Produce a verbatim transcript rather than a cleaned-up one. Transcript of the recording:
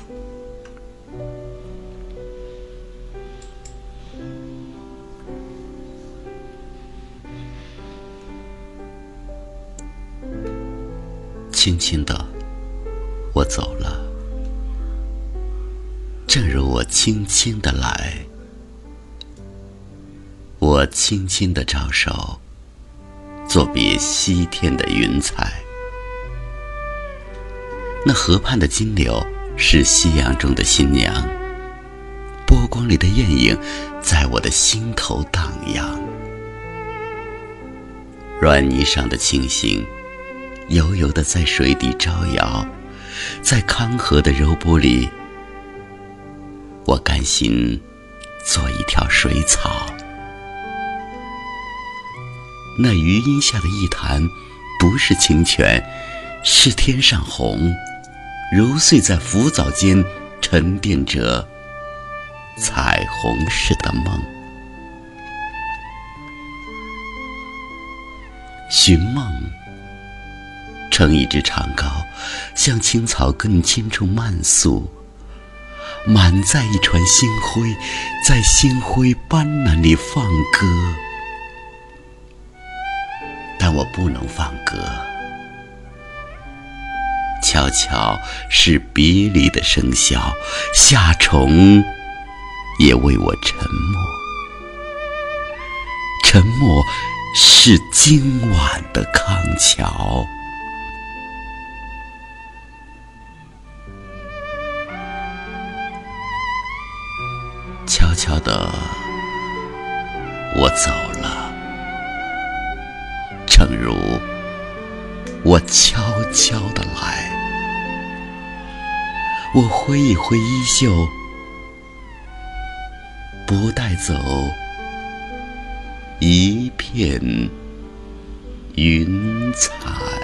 轻轻的，我走了，正如我轻轻的来。我轻轻的招手，作别西天的云彩。那河畔的金柳是夕阳中的新娘，波光里的艳影在我的心头荡漾。软泥上的青荇悠悠地在水底招摇，在康河的柔波里，我甘心做一条水草。那余荫下的一潭不是清泉，是天上虹，揉碎在浮藻间，沉淀着彩虹似的梦。寻梦乘一只长篙，向青草更深处漫溯，满载一船星辉，在星辉斑斓里放歌。但我不能放歌，悄悄是别离的笙箫，夏虫也为我沉默。沉默是今晚的康桥。悄悄的，我走了，正如我悄悄的来。我挥一挥衣袖，不带走一片云彩。